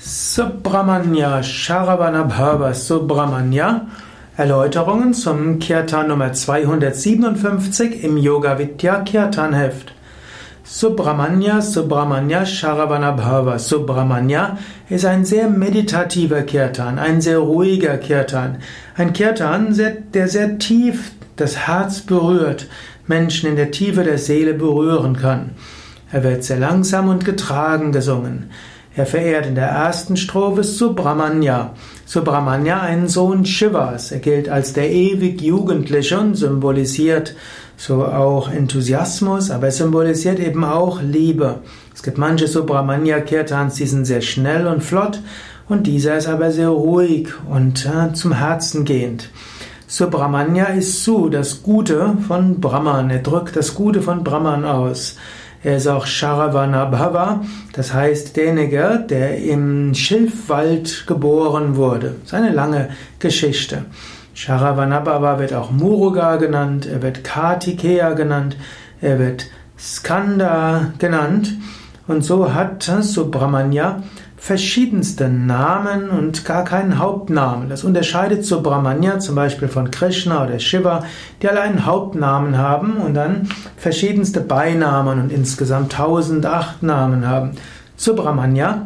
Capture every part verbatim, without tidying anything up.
Subramanya Sharavanabhava Subramanya. Erläuterungen zum Kirtan Nummer zweihundertsiebenundfünfzig im Yoga Vidya Kirtan Heft. Subramanya Subramanya Sharavanabhava Subramanya ist ein sehr meditativer Kirtan, ein sehr ruhiger Kirtan. Ein Kirtan, der sehr tief das Herz berührt, Menschen in der Tiefe der Seele berühren kann. Er wird sehr langsam und getragen gesungen. Er verehrt in der ersten Strophe Subramanya. Subramanya, einen Sohn Shivas. Er gilt als der ewig Jugendliche und symbolisiert so auch Enthusiasmus, aber er symbolisiert eben auch Liebe. Es gibt manche Subramanya-Kirtans, die sind sehr schnell und flott, und dieser ist aber sehr ruhig und äh, zum Herzen gehend. Subramanya ist Su, das Gute von Brahman. Er drückt das Gute von Brahman aus. Er ist auch Sharavanabhava, das heißt derjenige, der im Schilfwald geboren wurde. Das ist eine lange Geschichte. Sharavanabhava wird auch Muruga genannt, er wird Kartikeya genannt, er wird Skanda genannt. Und so hat Subramanya verschiedenste Namen und gar keinen Hauptnamen. Das unterscheidet Subramanya zum Beispiel von Krishna oder Shiva, die alle einen Hauptnamen haben und dann verschiedenste Beinamen und insgesamt tausendacht Namen haben. Subramanya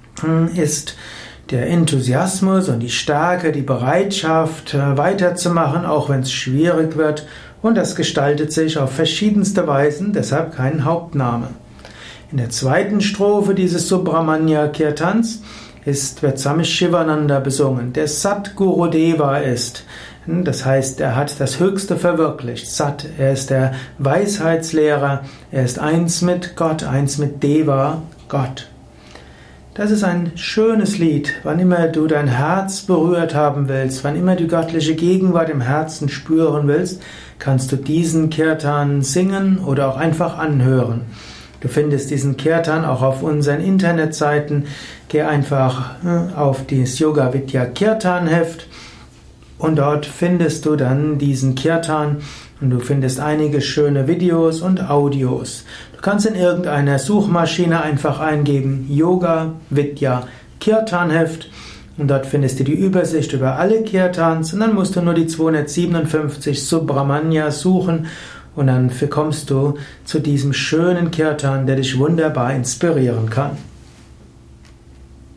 ist der Enthusiasmus und die Stärke, die Bereitschaft weiterzumachen, auch wenn es schwierig wird, und das gestaltet sich auf verschiedenste Weisen, deshalb kein Hauptname. In der zweiten Strophe dieses Subramanya Kirtans ist, wird Swami Shivananda besungen, der Satguru Deva ist. Das heißt, er hat das Höchste verwirklicht. Sat, er ist der Weisheitslehrer, er ist eins mit Gott, eins mit Deva, Gott. Das ist ein schönes Lied, wann immer du dein Herz berührt haben willst, wann immer du göttliche Gegenwart im Herzen spüren willst, kannst du diesen Kirtan singen oder auch einfach anhören. Du findest diesen Kirtan auch auf unseren Internetseiten. Geh einfach auf das Yoga Vidya Kirtan Heft und dort findest du dann diesen Kirtan und du findest einige schöne Videos und Audios. Du kannst in irgendeiner Suchmaschine einfach eingeben Yoga Vidya Kirtan Heft und dort findest du die Übersicht über alle Kirtans und dann musst du nur die zweihundertsiebenundfünfzig Subramanya suchen. Und dann kommst du zu diesem schönen Kirtan, der dich wunderbar inspirieren kann.